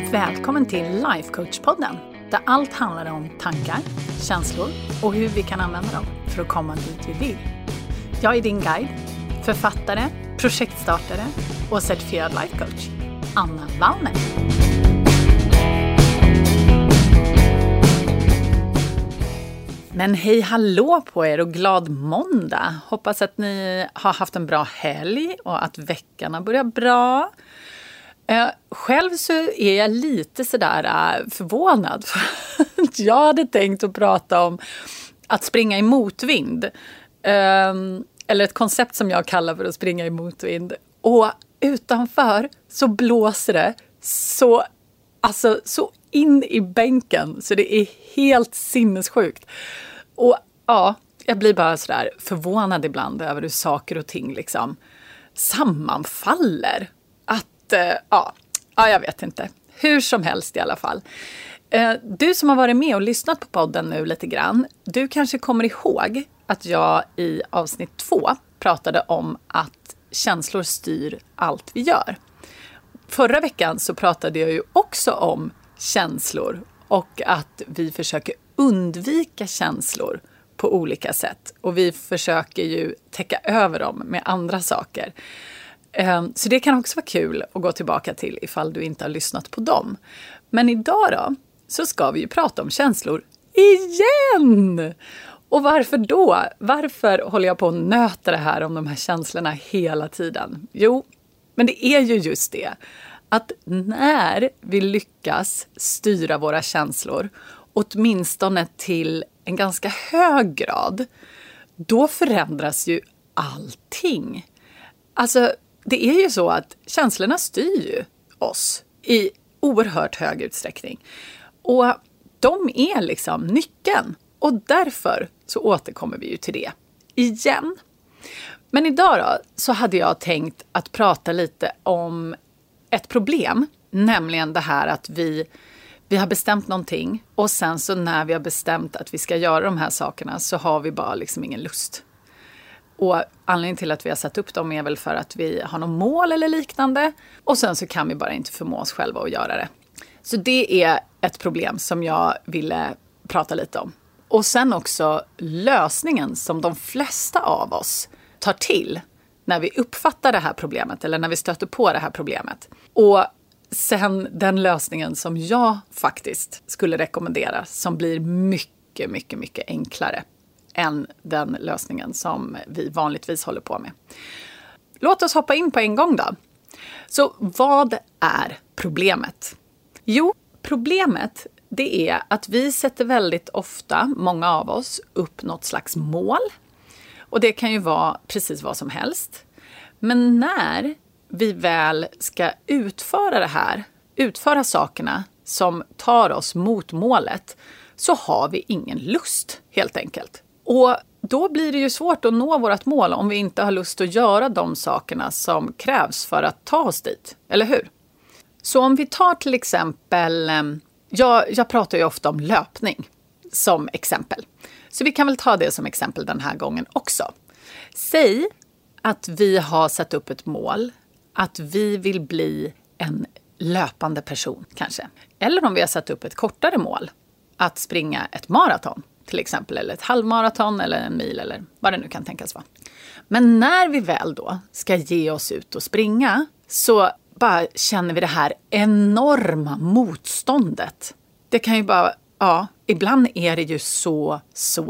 Välkommen till Life Coach-podden, där allt handlar om tankar, känslor och hur vi kan använda dem för att komma dit vi vill. Jag är din guide, författare, projektstartare och certifierad life coach, Anna Wallner. Men hej hallå på er och glad måndag! Hoppas att ni har haft en bra helg och att veckan har börjat bra. Själv så är jag lite sådär förvånad. Jag hade tänkt att prata om att springa i motvind. Eller ett koncept som jag kallar för att springa i motvind. Och utanför så blåser det så in i bänken. Så det är helt sinnessjukt. Och ja, jag blir bara sådär förvånad ibland över hur saker och ting liksom sammanfaller. Jag vet inte. Hur som helst i alla fall. Du som har varit med och lyssnat på podden nu lite grann. Du kanske kommer ihåg att jag i avsnitt 2 pratade om att känslor styr allt vi gör. Förra veckan så pratade jag ju också om känslor och att vi försöker undvika känslor på olika sätt. Och vi försöker ju täcka över dem med andra saker. Så det kan också vara kul att gå tillbaka till ifall du inte har lyssnat på dem. Men idag då så ska vi ju prata om känslor igen! Och varför då? Varför håller jag på att nöta det här om de här känslorna hela tiden? Jo, men det är ju just det. Att när vi lyckas styra våra känslor, åtminstone till en ganska hög grad, då förändras ju allting. Alltså, det är ju så att känslorna styr ju oss i oerhört hög utsträckning. Och de är liksom nyckeln. Och därför så återkommer vi ju till det igen. Men idag då så hade jag tänkt att prata lite om ett problem. Nämligen det här att vi har bestämt någonting. Och sen så när vi har bestämt att vi ska göra de här sakerna så har vi bara liksom ingen lust. Och anledningen till att vi har satt upp dem är väl för att vi har något mål eller liknande. Och sen så kan vi bara inte förmå oss själva att göra det. Så det är ett problem som jag ville prata lite om. Och sen också lösningen som de flesta av oss tar till när vi uppfattar det här problemet. Eller när vi stöter på det här problemet. Och sen den lösningen som jag faktiskt skulle rekommendera. Som blir mycket, mycket, mycket enklare än den lösningen som vi vanligtvis håller på med. Låt oss hoppa in på en gång då. Så vad är problemet? Jo, problemet det är att vi sätter väldigt ofta, många av oss, upp något slags mål. Och det kan ju vara precis vad som helst. Men när vi väl ska utföra det här, utföra sakerna som tar oss mot målet, så har vi ingen lust helt enkelt. Och då blir det ju svårt att nå vårt mål om vi inte har lust att göra de sakerna som krävs för att ta oss dit, eller hur? Så om vi tar till exempel, jag pratar ju ofta om löpning som exempel. Så vi kan väl ta det som exempel den här gången också. Säg att vi har satt upp ett mål, att vi vill bli en löpande person kanske. Eller om vi har satt upp ett kortare mål, att springa ett maraton. Till exempel, eller ett halvmaraton eller en mil eller vad det nu kan tänkas vara. Men när vi väl då ska ge oss ut och springa så bara känner vi det här enorma motståndet. Det kan ju bara, ibland är det ju så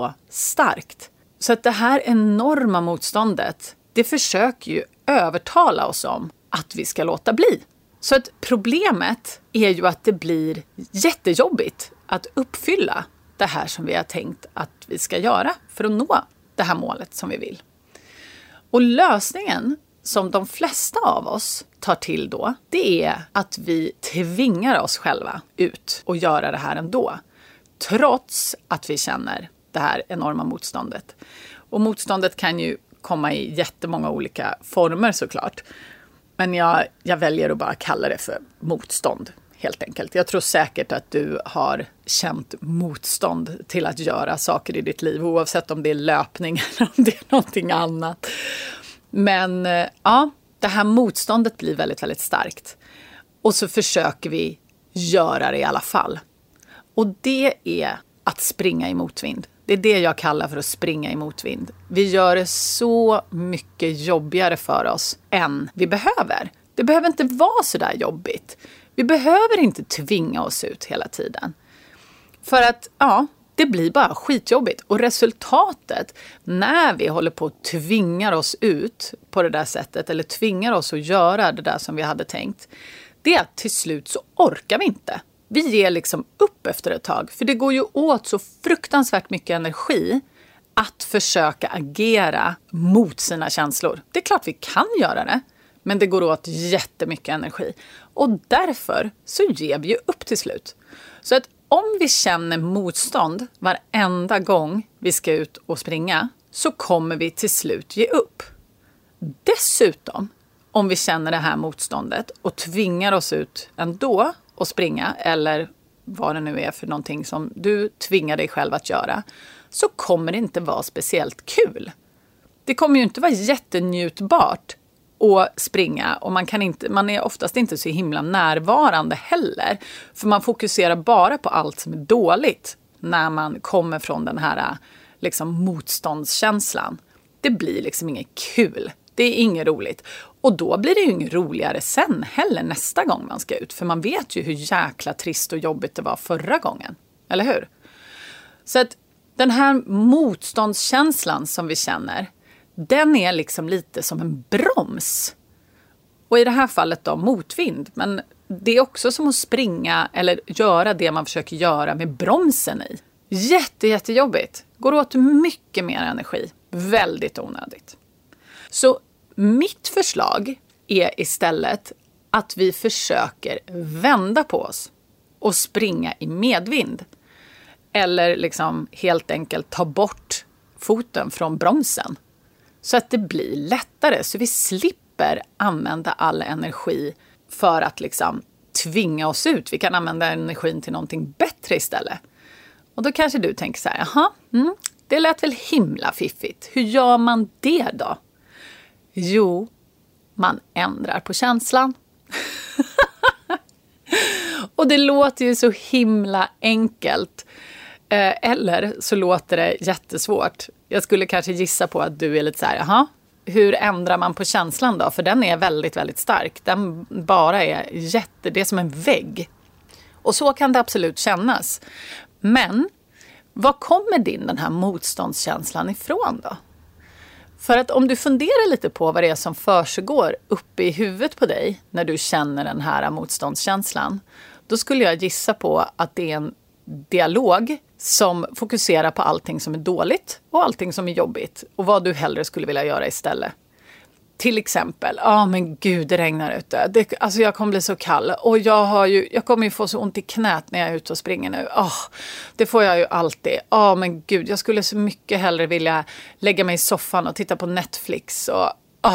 starkt. Så att det här enorma motståndet, det försöker ju övertala oss om att vi ska låta bli. Så att problemet är ju att det blir jättejobbigt att uppfylla det här som vi har tänkt att vi ska göra för att nå det här målet som vi vill. Och lösningen som de flesta av oss tar till då, det är att vi tvingar oss själva ut och göra det här ändå. Trots att vi känner det här enorma motståndet. Och motståndet kan ju komma i jättemånga olika former såklart. Men jag väljer att bara kalla det för motstånd. Helt enkelt. Jag tror säkert att du har känt motstånd till att göra saker i ditt liv. Oavsett om det är löpning eller om det är någonting annat. Men det här motståndet blir väldigt, väldigt starkt. Och så försöker vi göra det i alla fall. Och det är att springa i motvind. Det är det jag kallar för att springa i motvind. Vi gör det så mycket jobbigare för oss än vi behöver. Det behöver inte vara så där jobbigt. Vi behöver inte tvinga oss ut hela tiden. För att, det blir bara skitjobbigt. Och resultatet när vi håller på att tvingar oss ut på det där sättet, eller tvingar oss att göra det där som vi hade tänkt, det är att till slut så orkar vi inte. Vi ger liksom upp efter ett tag. För det går ju åt så fruktansvärt mycket energi att försöka agera mot sina känslor. Det är klart vi kan göra det, men det går åt jättemycket energi. Och därför så ger vi ju upp till slut. Så att om vi känner motstånd varenda gång vi ska ut och springa, så kommer vi till slut ge upp. Dessutom, om vi känner det här motståndet och tvingar oss ut ändå och springa, eller vad det nu är för någonting som du tvingar dig själv att göra, så kommer det inte vara speciellt kul. Det kommer ju inte vara jättenjutbart att springa, och man är oftast inte så himla närvarande heller, för man fokuserar bara på allt som är dåligt när man kommer från den här liksom motståndskänslan. Det blir liksom inget kul. Det är inget roligt. Och då blir det ju inget roligare sen heller nästa gång man ska ut. För man vet ju hur jäkla trist och jobbigt det var förra gången. Eller hur? Så att den här motståndskänslan som vi känner, den är liksom lite som en broms. Och i det här fallet då motvind. Men det är också som att springa eller göra det man försöker göra med bromsen i. Jättejobbigt. Går åt mycket mer energi. Väldigt onödigt. Så mitt förslag är istället att vi försöker vända på oss och springa i medvind. Eller liksom helt enkelt ta bort foten från bromsen. Så att det blir lättare, så vi slipper använda all energi för att liksom tvinga oss ut. Vi kan använda energin till någonting bättre istället. Och då kanske du tänker så här, det lät väl himla fiffigt. Hur gör man det då? Jo, man ändrar på känslan. Och det låter ju så himla enkelt. Eller så låter det jättesvårt. Jag skulle kanske gissa på att du är lite så här, hur ändrar man på känslan då? För den är väldigt, väldigt stark. Den bara är det är som en vägg. Och så kan det absolut kännas. Men var kommer den här motståndskänslan ifrån då? För att om du funderar lite på vad det är som försiggår uppe i huvudet på dig när du känner den här motståndskänslan, då skulle jag gissa på att det är en dialog som fokuserar på allting som är dåligt och allting som är jobbigt och vad du hellre skulle vilja göra istället. Till exempel, men gud, det regnar ute. Alltså jag kommer bli så kall. Och jag kommer ju få så ont i knät när jag är ute och springer nu. Det får jag ju alltid. Men gud, jag skulle så mycket hellre vilja lägga mig i soffan och titta på Netflix. Och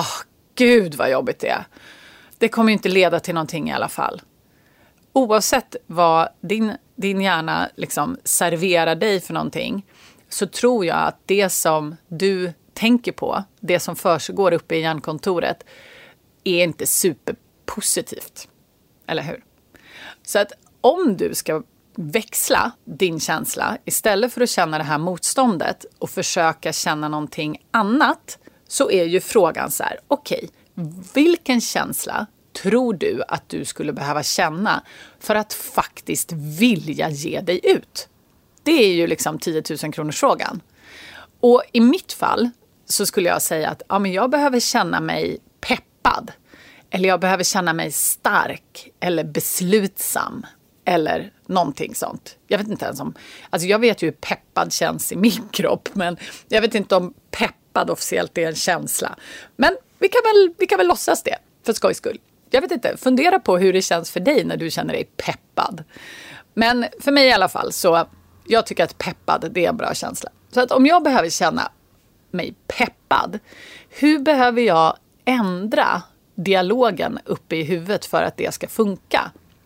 gud vad jobbigt det är. Det kommer ju inte leda till någonting i alla fall. Oavsett vad din hjärna liksom serverar dig för någonting, så tror jag att det som du tänker på, det som försiggår uppe i hjärnkontoret, är inte superpositivt. Eller hur? Så att om du ska växla din känsla, istället för att känna det här motståndet och försöka känna någonting annat, så är ju frågan så här, okej, vilken känsla tror du att du skulle behöva känna för att faktiskt vilja ge dig ut? Det är ju liksom 10 000 kronors frågan. Och i mitt fall så skulle jag säga att men jag behöver känna mig peppad. Eller jag behöver känna mig stark eller beslutsam. Eller någonting sånt. Jag vet inte ens om... Alltså jag vet ju hur peppad känns i min kropp. Men jag vet inte om peppad officiellt är en känsla. Men vi kan väl låtsas det för skojs skull. Jag vet inte. Fundera på hur det känns för dig när du känner dig peppad. Men för mig i alla fall så... Jag tycker att peppad, det är en bra känsla. Så att om jag behöver känna mig peppad, hur behöver jag ändra dialogen uppe i huvudet för att det ska funka?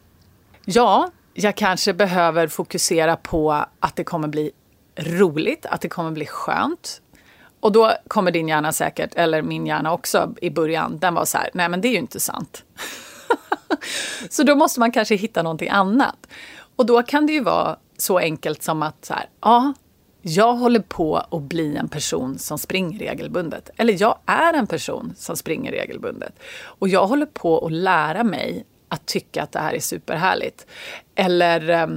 Ja, jag kanske behöver fokusera på att det kommer bli roligt, att det kommer bli skönt. Och då kommer din hjärna säkert, eller min hjärna också i början, den var så här, nej men det är ju inte sant. Så då måste man kanske hitta någonting annat. Och då kan det ju vara så enkelt som att så här, ja, jag håller på att bli en person som springer regelbundet. Eller jag är en person som springer regelbundet. Och jag håller på att lära mig att tycka att det här är superhärligt. Eller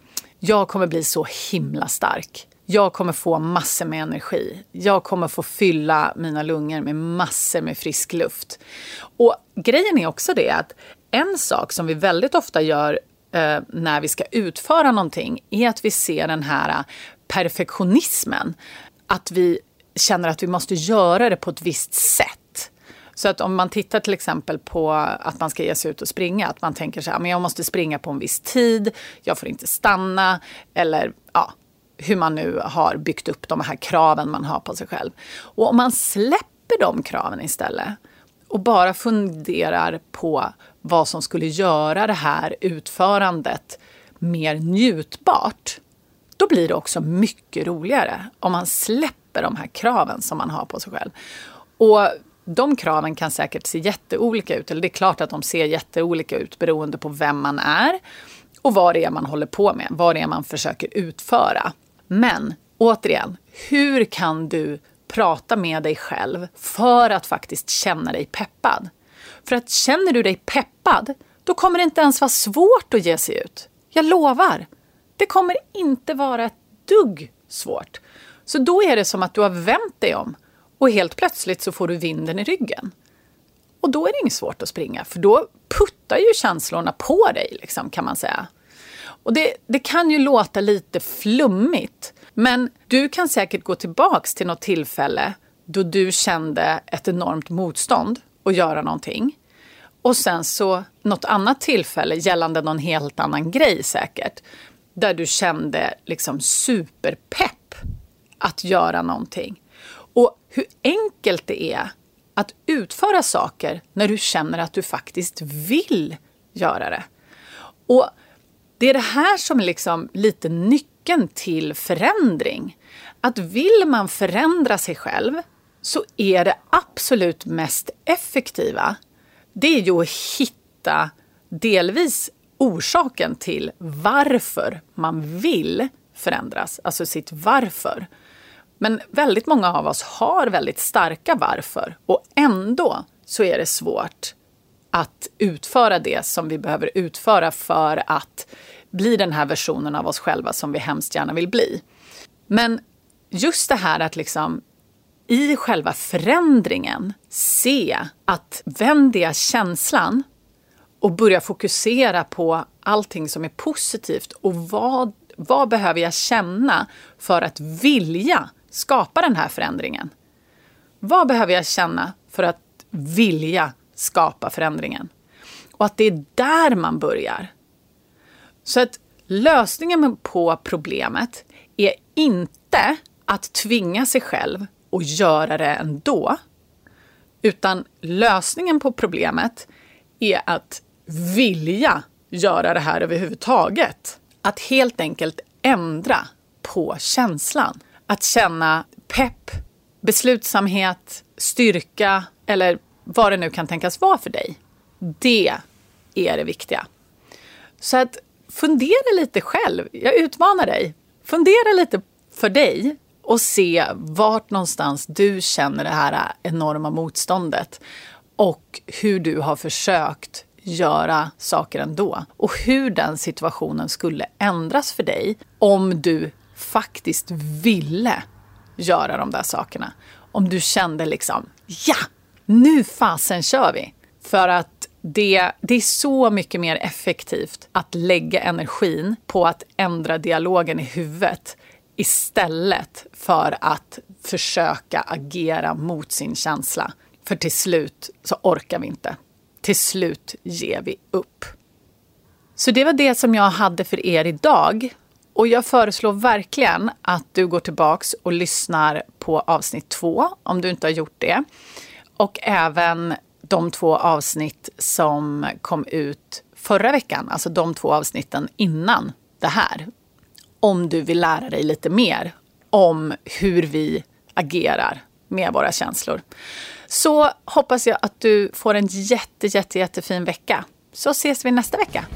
jag kommer bli så himla stark. Jag kommer få massor med energi. Jag kommer få fylla mina lungor med massor med frisk luft. Och grejen är också det att en sak som vi väldigt ofta gör när vi ska utföra någonting är att vi ser den här perfektionismen. Att vi känner att vi måste göra det på ett visst sätt. Så att om man tittar till exempel på att man ska ge sig ut och springa. Att man tänker så här, men jag måste springa på en viss tid. Jag får inte stanna. Eller ja, hur man nu har byggt upp de här kraven man har på sig själv. Och om man släpper de kraven istället. Och bara funderar på vad som skulle göra det här utförandet mer njutbart. Då blir det också mycket roligare om man släpper de här kraven som man har på sig själv. Och de kraven kan säkert se jätteolika ut. Eller det är klart att de ser jätteolika ut beroende på vem man är. Och vad det är man håller på med. Vad det är man försöker utföra. Men återigen, hur kan du prata med dig själv för att faktiskt känna dig peppad? För att känner du dig peppad, då kommer det inte ens vara svårt att ge sig ut. Jag lovar. Det kommer inte vara ett dugg svårt. Så då är det som att du har vänt dig om och helt plötsligt så får du vinden i ryggen. Och då är det inget svårt att springa, för då puttar ju känslorna på dig, liksom, kan man säga. Och det kan ju låta lite flummigt, men du kan säkert gå tillbaks till något tillfälle då du kände ett enormt motstånd att göra någonting. Och sen så något annat tillfälle gällande någon helt annan grej säkert. Där du kände liksom superpepp att göra någonting. Och hur enkelt det är att utföra saker när du känner att du faktiskt vill göra det. Och det är det här som är liksom lite nyckeln till förändring. Att vill man förändra sig själv så är det absolut mest effektiva. Det är ju att hitta delvis orsaken till varför man vill förändras. Alltså sitt varför. Men väldigt många av oss har väldigt starka varför. Och ändå så är det svårt att utföra det som vi behöver utföra för att bli den här versionen av oss själva som vi hemskt gärna vill bli. Men just det här att liksom i själva förändringen se att vändiga känslan och börja fokusera på allting som är positivt och vad behöver jag känna för att vilja skapa den här förändringen? Vad behöver jag känna för att vilja skapa förändringen? Och att det är där man börjar. Så att lösningen på problemet är inte att tvinga sig själv och göra det ändå. Utan lösningen på problemet är att vilja göra det här överhuvudtaget. Att helt enkelt ändra på känslan. Att känna pepp, beslutsamhet, styrka eller vad det nu kan tänkas vara för dig. Det är det viktiga. Så att fundera lite själv. Jag utmanar dig. Fundera lite för dig och se vart någonstans du känner det här enorma motståndet. Och hur du har försökt göra saker ändå. Och hur den situationen skulle ändras för dig om du faktiskt ville göra de där sakerna. Om du kände liksom, ja, nu fasen kör vi. För att det är så mycket mer effektivt att lägga energin på att ändra dialogen i huvudet istället för att försöka agera mot sin känsla. För till slut så orkar vi inte. Till slut ger vi upp. Så det var det som jag hade för er idag. Och jag föreslår verkligen att du går tillbaks och lyssnar på avsnitt 2 om du inte har gjort det. Och även de 2 avsnitt som kom ut förra veckan. Alltså de 2 avsnitten innan det här. Om du vill lära dig lite mer om hur vi agerar med våra känslor. Så hoppas jag att du får en jättefin vecka. Så ses vi nästa vecka.